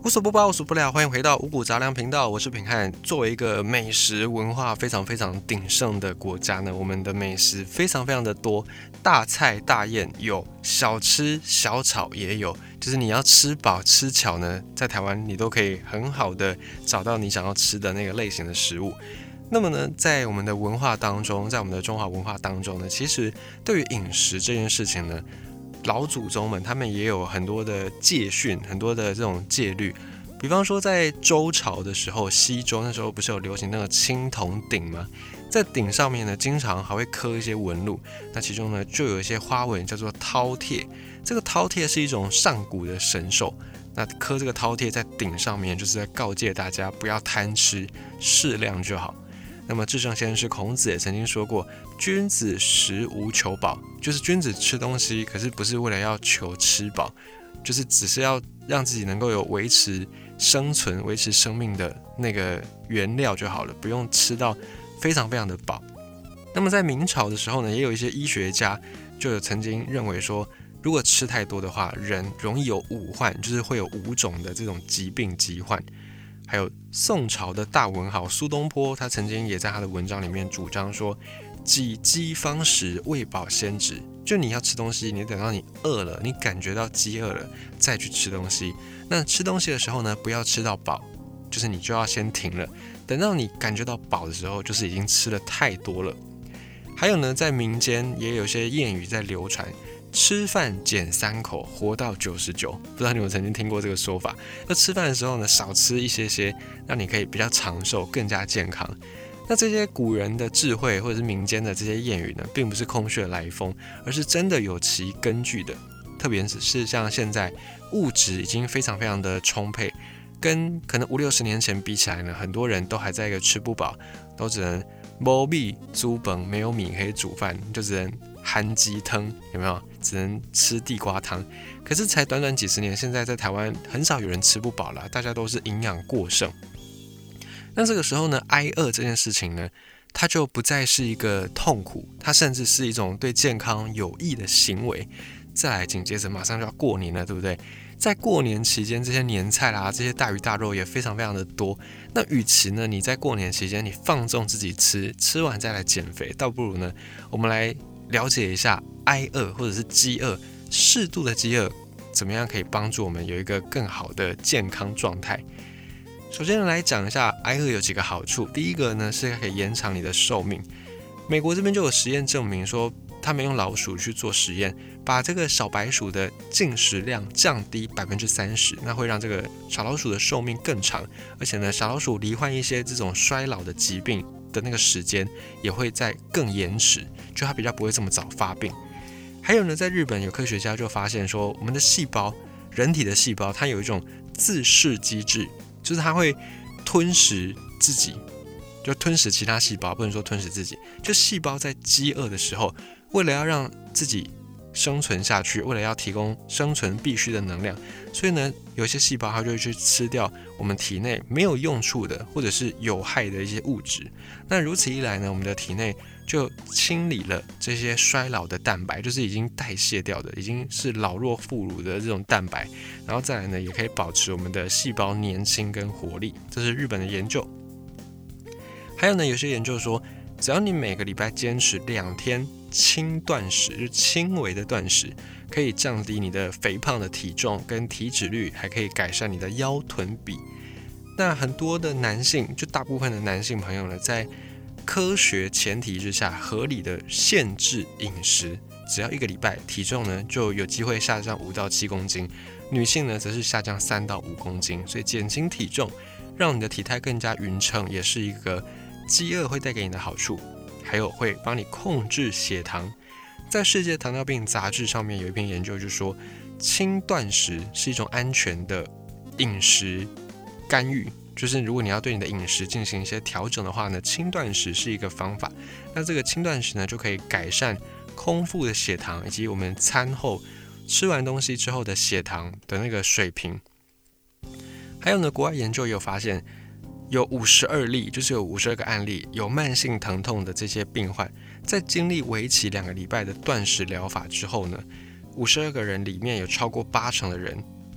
无所不包，无所不聊，欢迎回到五谷杂粮频道，我是品汉。作为一个美食文化非常非常鼎盛的国家呢，我们的美食非常非常的多，大菜大宴有，小吃小炒也有，就是你要吃饱吃巧呢，在台湾你都可以很好的找到你想要吃的那个类型的食物。那么呢，在我们的文化当中，在我们的中华文化当中呢，其实对于饮食这件事情呢，老祖宗们他们也有很多的戒训，很多的这种戒律。比方说在周朝的时候，西周那时候不是有流行那个青铜鼎吗？在鼎上面呢，经常还会刻一些纹路，那其中呢就有一些花纹叫做饕餮。这个饕餮是一种上古的神兽，那刻这个饕餮在鼎上面，就是在告诫大家不要贪吃，适量就好。那么至圣先师孔子也曾经说过，君子食无求饱，就是君子吃东西，可是不是为了要求吃饱，就是只是要让自己能够有维持生存、维持生命的那个原料就好了，不用吃到非常非常的饱。那么在明朝的时候呢，也有一些医学家就有曾经认为说，如果吃太多的话，人容易有五患，就是会有5种的这种疾病疾患。还有宋朝的大文豪苏东坡，他曾经也在他的文章里面主张说，己饥方食，未饱先止。就你要吃东西，你等到你饿了，你感觉到饥饿了，再去吃东西。那吃东西的时候呢，不要吃到饱，就是你就要先停了。等到你感觉到饱的时候，就是已经吃了太多了。还有呢，在民间也有些谚语在流传，吃饭减3口，活到99。不知道你们曾经听过这个说法？那吃饭的时候呢，少吃一些，让你可以比较长寿，更加健康。那这些古人的智慧或者是民间的这些谚语呢，并不是空穴来风，而是真的有其根据的。特别是像现在物质已经非常非常的充沛，跟可能50-60年前比起来呢，很多人都还在一个吃不饱，都只能没米煮饭，没有米可以煮饭，就只能含鸡汤，有没有？只能吃地瓜汤。可是才短短几十年，现在在台湾很少有人吃不饱了，大家都是营养过剩。那这个时候呢，挨饿这件事情呢，它就不再是一个痛苦，它甚至是一种对健康有益的行为。再来，紧接着马上就要过年了，对不对？在过年期间，这些年菜啦，这些大鱼大肉也非常非常的多。那与其呢，你在过年期间你放纵自己吃，吃完再来减肥，倒不如呢，我们来了解一下挨饿或者是饥饿，适度的饥饿怎么样可以帮助我们有一个更好的健康状态。首先来讲一下挨饿有几个好处。第一个呢，是可以延长你的寿命。美国这边就有实验证明说，他们用老鼠去做实验，把这个小白鼠的进食量降低30%，那会让这个小老鼠的寿命更长，而且呢，小老鼠罹患一些这种衰老的疾病的那个时间也会再更延迟，就它比较不会这么早发病。还有呢，在日本有科学家就发现说，我们的细胞，人体的细胞，它有一种自噬机制，就是它会吞食自己，就吞食其他细胞，不能说吞食自己。就细胞在饥饿的时候，为了要让自己生存下去，为了要提供生存必须的能量，所以呢，有些细胞它就会去吃掉我们体内没有用处的或者是有害的一些物质。那如此一来呢，我们的体内就清理了这些衰老的蛋白，就是已经代谢掉的，已经是老弱妇孺的这种蛋白，然后再来呢，也可以保持我们的细胞年轻跟活力。这是日本的研究。还有呢，有些研究说，只要你每个礼拜坚持2天轻断食，就是轻微的断食，可以降低你的肥胖的体重跟体脂率，还可以改善你的腰臀比。那很多的男性，就大部分的男性朋友呢，在科学前提之下，合理的限制饮食，只要1个礼拜，体重呢就有机会下降5到7公斤，女性呢则是下降3到5公斤。所以减轻体重，让你的体态更加匀称，也是一个饥饿会带给你的好处。还有会帮你控制血糖。在世界糖尿病杂志上面有一篇研究，就说轻断食是一种安全的饮食干预，就是如果你要对你的饮食进行一些调整的话呢，轻断食是一个方法。那这个轻断食呢，就可以改善空腹的血糖，以及我们餐后吃完东西之后的血糖的那个水平。还有呢，国外研究也有发现，有52例，就是有52个案例，有慢性疼痛的这些病患，在经历为期2个礼拜的断食疗法之后呢，52个人里面有超过80%的人，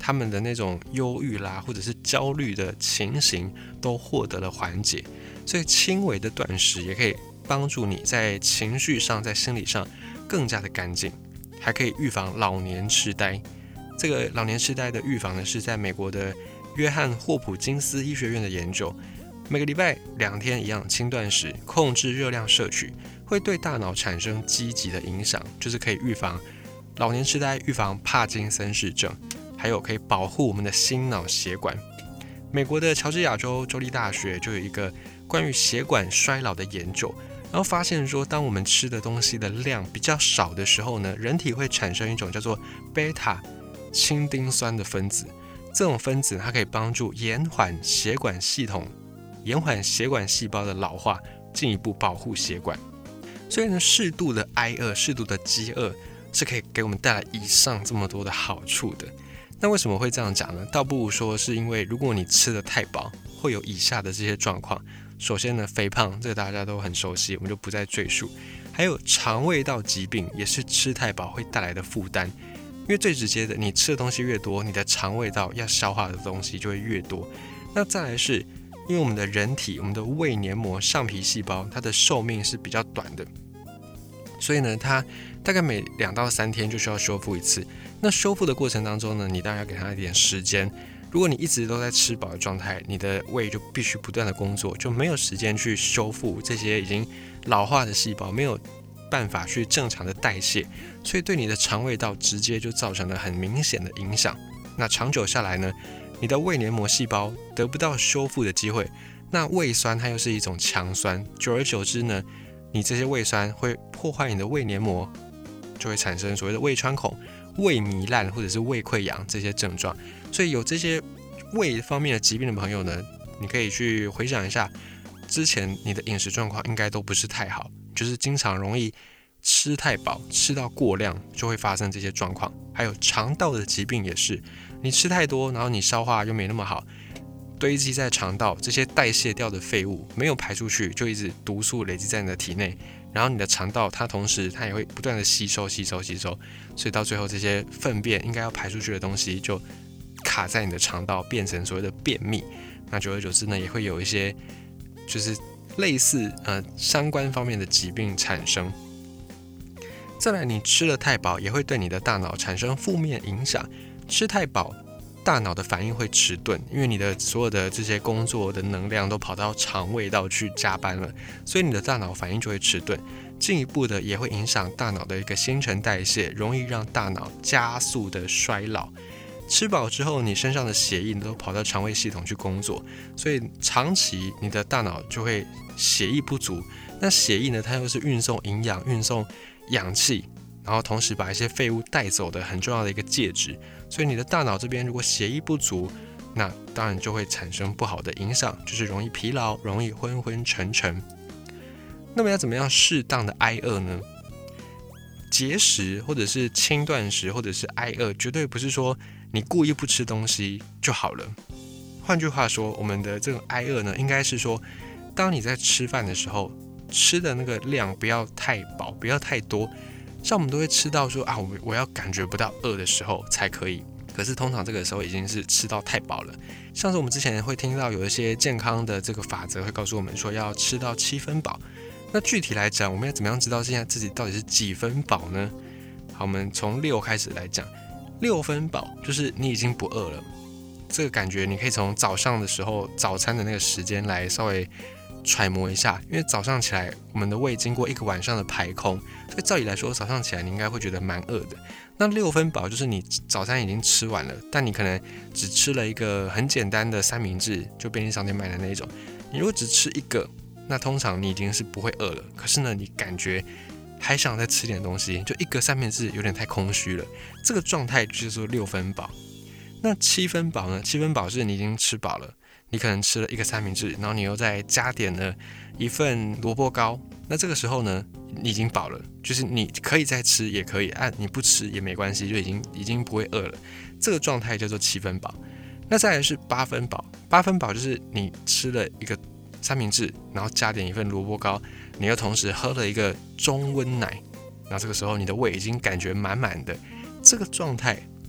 他们的那种忧郁啦，或者是焦虑的情形都获得了缓解。所以轻微的断食也可以帮助你在情绪上、在心理上更加的干净，还可以预防老年痴呆。这个老年痴呆的预防呢，是在美国的约翰霍普金斯医学院的研究。每个礼拜2天一样轻断食，控制热量摄取，会对大脑产生积极的影响，就是可以预防老年痴呆，预防帕金森氏症，还有可以保护我们的心脑血管。美国的乔治亚州州立大学就有一个关于血管衰老的研究，然后发现说，当我们吃的东西的量比较少的时候呢，人体会产生一种叫做贝塔氢丁酸的分子。这种分子它可以帮助延缓血管细胞的老化，进一步保护血管。所以呢，适度的挨饿、适度的饥饿是可以给我们带来以上这么多的好处的。那为什么会这样讲呢？倒不如说是因为如果你吃得太饱，会有以下的这些状况。首先呢，肥胖，这个大家都很熟悉，我们就不再赘述。还有肠胃道疾病，也是吃太饱会带来的负担。因为最直接的，你吃的东西越多，你的肠胃道要消化的东西就会越多。那再来是，因为我们的人体，我们的胃黏膜上皮细胞，它的寿命是比较短的，所以呢，它大概每2到3天就需要修复一次。那修复的过程当中呢，你当然要给它一点时间。如果你一直都在吃饱的状态，你的胃就必须不断的工作，就没有时间去修复这些已经老化的细胞，没有办法去正常的代谢，所以对你的肠胃道直接就造成了很明显的影响。那长久下来呢，你的胃黏膜细胞得不到修复的机会，那胃酸它又是一种强酸，久而久之呢，你这些胃酸会破坏你的胃黏膜，就会产生所谓的胃穿孔、胃糜烂或者是胃溃疡这些症状。所以有这些胃方面的疾病的朋友呢，你可以去回想一下，之前你的饮食状况应该都不是太好，就是经常容易吃太饱，吃到过量就会发生这些状况。还有肠道的疾病也是，你吃太多，然后你消化又没那么好，堆积在肠道，这些代谢掉的废物没有排出去，就一直毒素累积在你的体内，然后你的肠道它同时它也会不断的吸收，所以到最后这些粪便应该要排出去的东西就卡在你的肠道，变成所谓的便秘。那久而久之呢，也会有一些就是类似相关方面的疾病产生。再来，你吃了太饱也会对你的大脑产生负面影响。吃太饱，大脑的反应会迟钝，因为你的所有的这些工作的能量都跑到肠胃道去加班了，所以你的大脑反应就会迟钝，进一步的也会影响大脑的一个新陈代谢，容易让大脑加速的衰老。吃饱之后，你身上的血液都跑到肠胃系统去工作，所以长期你的大脑就会血液不足。那血液呢，它又是运送营养、运送氧气，然后同时把一些废物带走的很重要的一个介质。所以你的大脑这边如果血液不足，那当然就会产生不好的影响，就是容易疲劳，容易昏昏沉沉。那么要怎么样适当的挨饿呢？节食或者是轻断食或者是挨饿，绝对不是说你故意不吃东西就好了。换句话说，我们的这种挨饿呢，应该是说，当你在吃饭的时候，吃的那个量不要太饱，不要太多。像我们都会吃到说我要感觉不到饿的时候才可以，可是通常这个时候已经是吃到太饱了。像是我们之前会听到有一些健康的这个法则会告诉我们说要吃到7分饱。那具体来讲，我们要怎么样知道现在自己到底是几分饱呢？好，我们从6开始来讲。6分饱就是你已经不饿了，这个感觉你可以从早上的时候早餐的那个时间来稍微揣摩一下，因为早上起来我们的胃经过1个晚上的排空，所以照理来说早上起来你应该会觉得蛮饿的。那6分饱就是你早餐已经吃完了，但你可能只吃了一个很简单的三明治，就便利商店买的那一种。你如果只吃一个，那通常你已经是不会饿了，可是呢你感觉还想再吃点东西，就一个三明治有点太空虚了，这个状态就是说6分饱。那7分饱呢？7分饱是你已经吃饱了，你可能吃了一个三明治，然后你又再加点了一份萝卜糕，那这个时候呢，你已经饱了，就是你可以再吃也可以，你不吃也没关系，就已经不会饿了，这个状态叫做7分饱。那再来是8分饱，8分饱就是你吃了一个三明治，然后加点一份萝卜糕，你又同时喝了一个中温奶，那这个时候你的胃已经感觉满满的，这个状态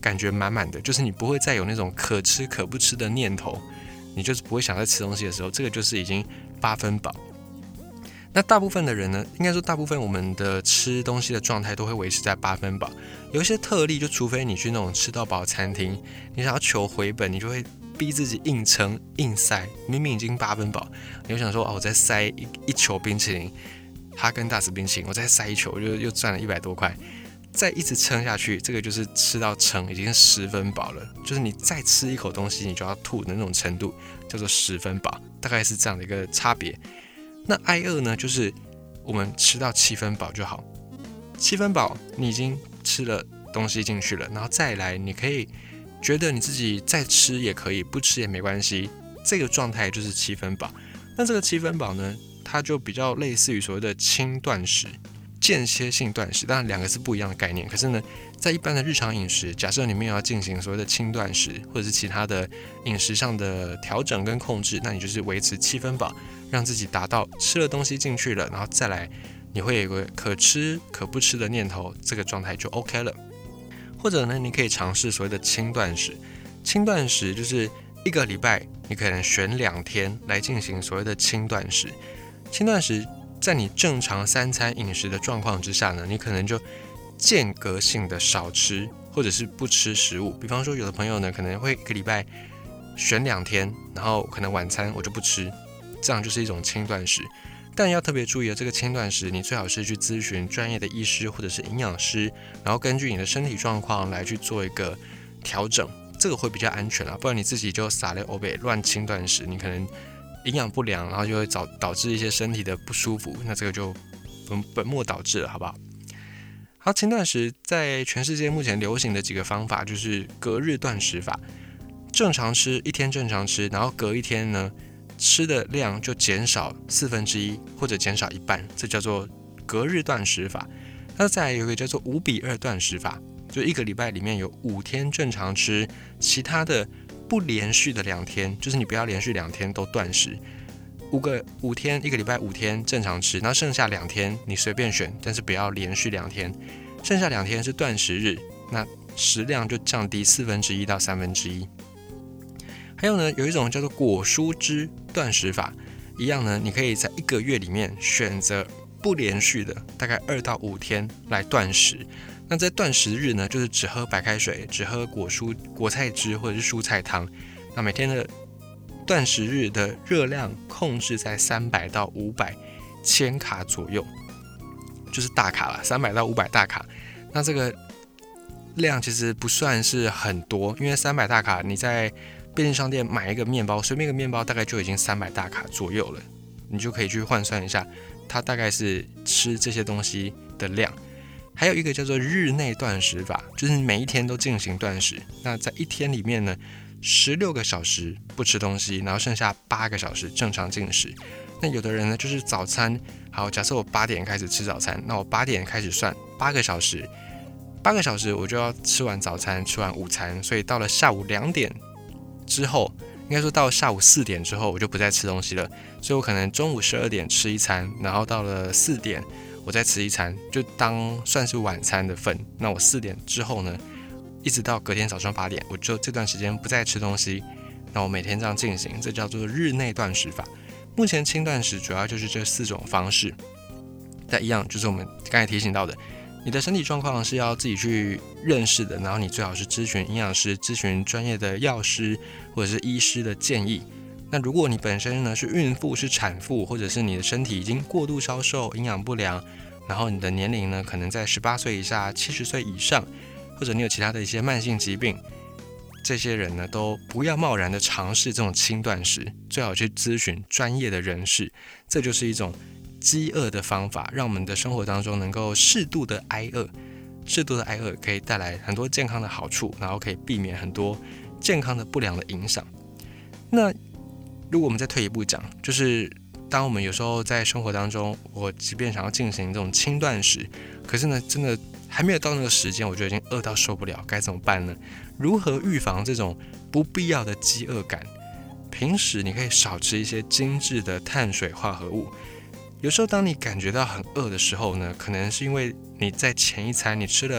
感觉满满的，就是你不会再有那种可吃可不吃的念头，你就是不会想再吃东西的时候，这个就是已经8分饱。那大部分的人呢，应该说大部分我们的吃东西的状态都会维持在8分饱。有一些特例，就除非你去那种吃到饱餐厅，你想要求回本，你就会逼自己硬撑硬塞，明明已经8分饱，你就想说我再塞一球冰淇淋，哈根达斯冰淇淋，我再塞一球，又赚了100多块，再一直撑下去，这个就是吃到撑，已经10分饱了，就是你再吃一口东西，你就要吐的那种程度，叫做10分饱，大概是这样的一个差别。那挨饿呢，就是我们吃到7分饱就好。7分饱，你已经吃了东西进去了，然后再来，你可以觉得你自己再吃也可以，不吃也没关系，这个状态就是7分饱。那这个7分饱呢，它就比较类似于所谓的轻断食、间歇性断食，当然两个是不一样的概念。可是呢，在一般的日常饮食，假设你没有要进行所谓的轻断食，或者是其他的饮食上的调整跟控制，那你就是维持7分饱，让自己达到吃了东西进去了，然后再来你会有一个可吃可不吃的念头，这个状态就 OK 了。或者呢，你可以尝试所谓的轻断食。轻断食就是1个礼拜，你可能选2天来进行所谓的轻断食。轻断食在你正常3餐饮食的状况之下呢，你可能就间隔性的少吃，或者是不吃食物。比方说，有的朋友呢可能会1个礼拜选2天，然后可能晚餐我就不吃，这样就是一种轻断食。但要特别注意这个轻断食，你最好是去咨询专业的医师或者是营养师，然后根据你的身体状况来去做一个调整，这个会比较安全啦。不然你自己就撒了欧北乱轻断食，你可能营养不良，然后就会导致一些身体的不舒服，那这个就本末倒置了，好不好？好，轻断食在全世界目前流行的几个方法就是隔日断食法，正常吃1天正常吃，然后隔1天呢吃的量就减少1/4或者减少1半，这叫做隔日断食法。那再来有一个叫做5:2断食法，就1个礼拜里面有5天正常吃，其他的不连续的2天，就是你不要连续2天都断食。5天1个礼拜5天正常吃，然后剩下2天你随便选，但是不要连续2天，剩下2天是断食日，那食量就降低1/4到1/3。还有呢，有一种叫做果蔬汁断食法，一样呢，你可以在1个月里面选择不连续的大概2到5天来断食。那在断食日呢，就是只喝白开水，只喝果菜汁或者是蔬菜汤。那每天的断食日的热量控制在300到500千卡左右，就是大卡了，300到500大卡。那这个量其实不算是很多，因为300大卡你在便利商店买一个面包，随便一个面包大概就已经300大卡左右了，你就可以去换算一下，它大概是吃这些东西的量。还有一个叫做日内断食法，就是每一天都进行断食。那在1天里面呢，16个小时不吃东西，然后剩下8个小时正常进食。那有的人呢，就是早餐，好，假设我8点开始吃早餐，那我8点开始算8个小时，8个小时我就要吃完早餐，吃完午餐，所以到了下午2点之后，应该说到下午4点之后，我就不再吃东西了。所以我可能中午12点吃一餐，然后到了4点我再吃一餐，就当算是晚餐的份。那我4点之后呢，一直到隔天早上8点，我就这段时间不再吃东西。那我每天这样进行，这叫做日内断食法。目前轻断食主要就是这4种方式。但一样就是我们刚才提醒到的，你的身体状况是要自己去认识的，然后你最好是咨询营养师、咨询专业的药师或者是医师的建议。那如果你本身呢是孕妇、是产妇，或者是你的身体已经过度消瘦、营养不良，然后你的年龄呢可能在18岁以下、70岁以上，或者你有其他的一些慢性疾病，这些人呢都不要贸然的尝试这种轻断食，最好去咨询专业的人士。这就是一种饥饿的方法，让我们的生活当中能够适度的挨饿。适度的挨饿可以带来很多健康的好处，然后可以避免很多健康的不良的影响。那如果我们再退一步讲，就是当我们有时候在生活当中，我即便想要进行这种轻断食，可是呢真的还没有到那个时间，我就已经饿到受不了，该怎么办呢？如何预防这种不必要的饥饿感？平时你可以少吃一些精致的碳水化合物。有时候当你感觉到很饿的时候呢，可能是因为你在前一餐你吃了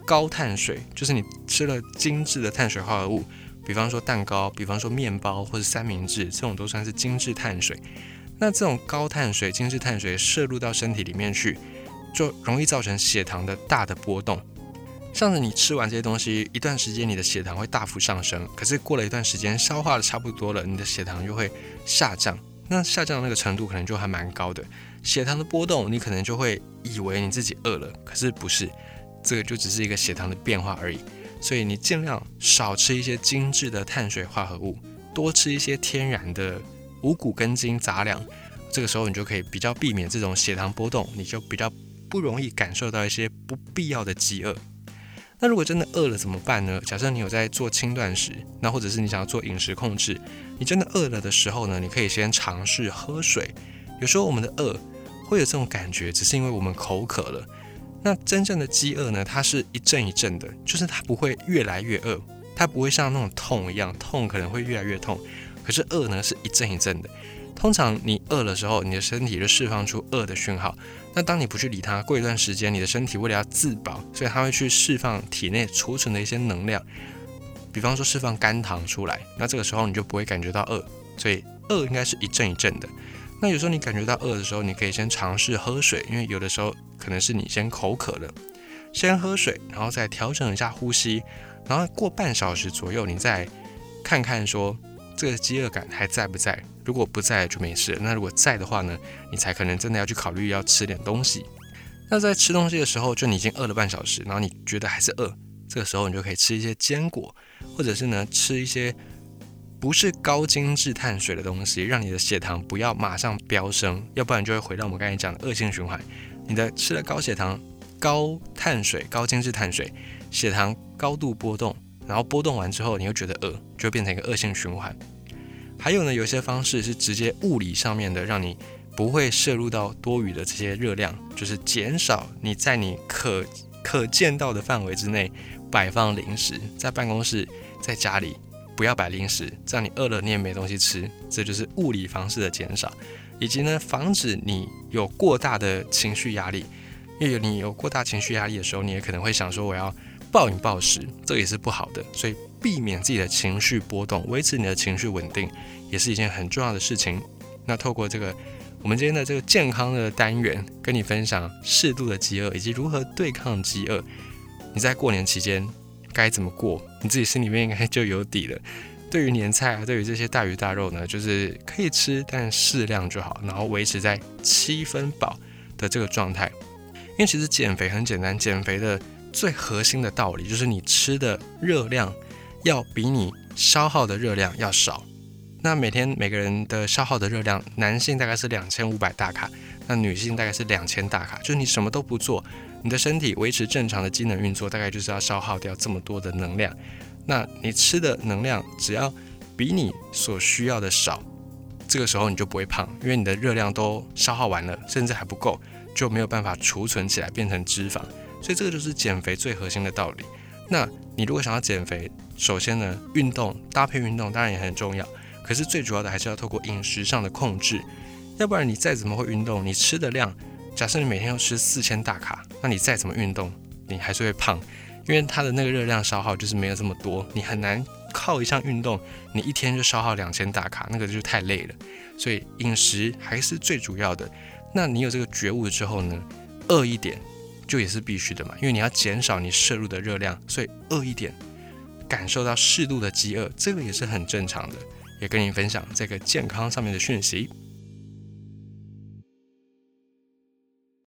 高碳水，就是你吃了精致的碳水化合物，比方说蛋糕，比方说面包或者三明治，这种都算是精致碳水。那这种高碳水、精致碳水摄入到身体里面去，就容易造成血糖的大的波动。像是你吃完这些东西一段时间，你的血糖会大幅上升，可是过了一段时间消化的差不多了，你的血糖又会下降。那下降的那个程度可能就还蛮高的，血糖的波动你可能就会以为你自己饿了，可是不是，这个就只是一个血糖的变化而已。所以你尽量少吃一些精致的碳水化合物，多吃一些天然的五谷根茎杂粮，这个时候你就可以比较避免这种血糖波动，你就比较不容易感受到一些不必要的饥饿。那如果真的饿了怎么办呢？假设你有在做轻断食，那或者是你想要做饮食控制，你真的饿了的时候呢，你可以先尝试喝水。有时候我们的饿会有这种感觉，只是因为我们口渴了。那真正的饥饿呢，它是一阵一阵的，就是它不会越来越饿，它不会像那种痛一样，痛可能会越来越痛，可是饿呢是一阵一阵的。通常你饿的时候，你的身体就释放出饿的讯号。那当你不去理它，过一段时间，你的身体为了要自保，所以它会去释放体内储存的一些能量，比方说释放肝糖出来。那这个时候你就不会感觉到饿，所以饿应该是一阵一阵的。那有时候你感觉到饿的时候，你可以先尝试喝水，因为有的时候可能是你先口渴了，先喝水，然后再调整一下呼吸，然后过半小时左右，你再看看说这个饥饿感还在不在。如果不在就没事，那如果在的话呢，你才可能真的要去考虑要吃点东西。那在吃东西的时候，就你已经饿了半小时，然后你觉得还是饿，这个时候你就可以吃一些坚果，或者是呢吃一些不是高精致碳水的东西，让你的血糖不要马上飙升，要不然就会回到我们刚才讲的恶性循环。你的吃了高血糖、高碳水、高精致碳水，血糖高度波动，然后波动完之后你又觉得饿，就会变成一个恶性循环。还有呢，有些方式是直接物理上面的，让你不会摄入到多余的这些热量，就是减少你在你可见到的范围之内摆放零食，在办公室、在家里不要摆零食，这样你饿了你也没东西吃，这就是物理方式的减少，以及呢防止你有过大的情绪压力，因为你有过大情绪压力的时候，你也可能会想说我要暴饮暴食，这也是不好的，所以避免自己的情绪波动，维持你的情绪稳定，也是一件很重要的事情。那透过这个我们今天的这个健康的单元，跟你分享适度的饥饿以及如何对抗饥饿。你在过年期间该怎么过，你自己心里面应该就有底了。对于年菜啊，对于这些大鱼大肉呢，就是可以吃，但适量就好，然后维持在7分饱的这个状态。因为其实减肥很简单，减肥的最核心的道理就是你吃的热量要比你消耗的热量要少。那每天每个人的消耗的热量，男性大概是2500大卡，那女性大概是2000大卡。就是你什么都不做，你的身体维持正常的机能运作，大概就是要消耗掉这么多的能量。那你吃的能量只要比你所需要的少，这个时候你就不会胖，因为你的热量都消耗完了，甚至还不够，就没有办法储存起来变成脂肪。所以这个就是减肥最核心的道理。那你如果想要减肥，首先呢，运动搭配运动当然也很重要，可是最主要的还是要透过饮食上的控制。要不然你再怎么会运动，你吃的量，假设你每天要吃4000大卡，那你再怎么运动，你还是会胖，因为它的那个热量消耗就是没有这么多，你很难靠一项运动，你一天就消耗2000大卡，那个就太累了。所以饮食还是最主要的。那你有这个觉悟之后呢，饿一点就也是必须的嘛，因为你要减少你摄入的热量，所以饿一点，感受到适度的饥饿，这个也是很正常的。也跟你分享这个健康上面的讯息。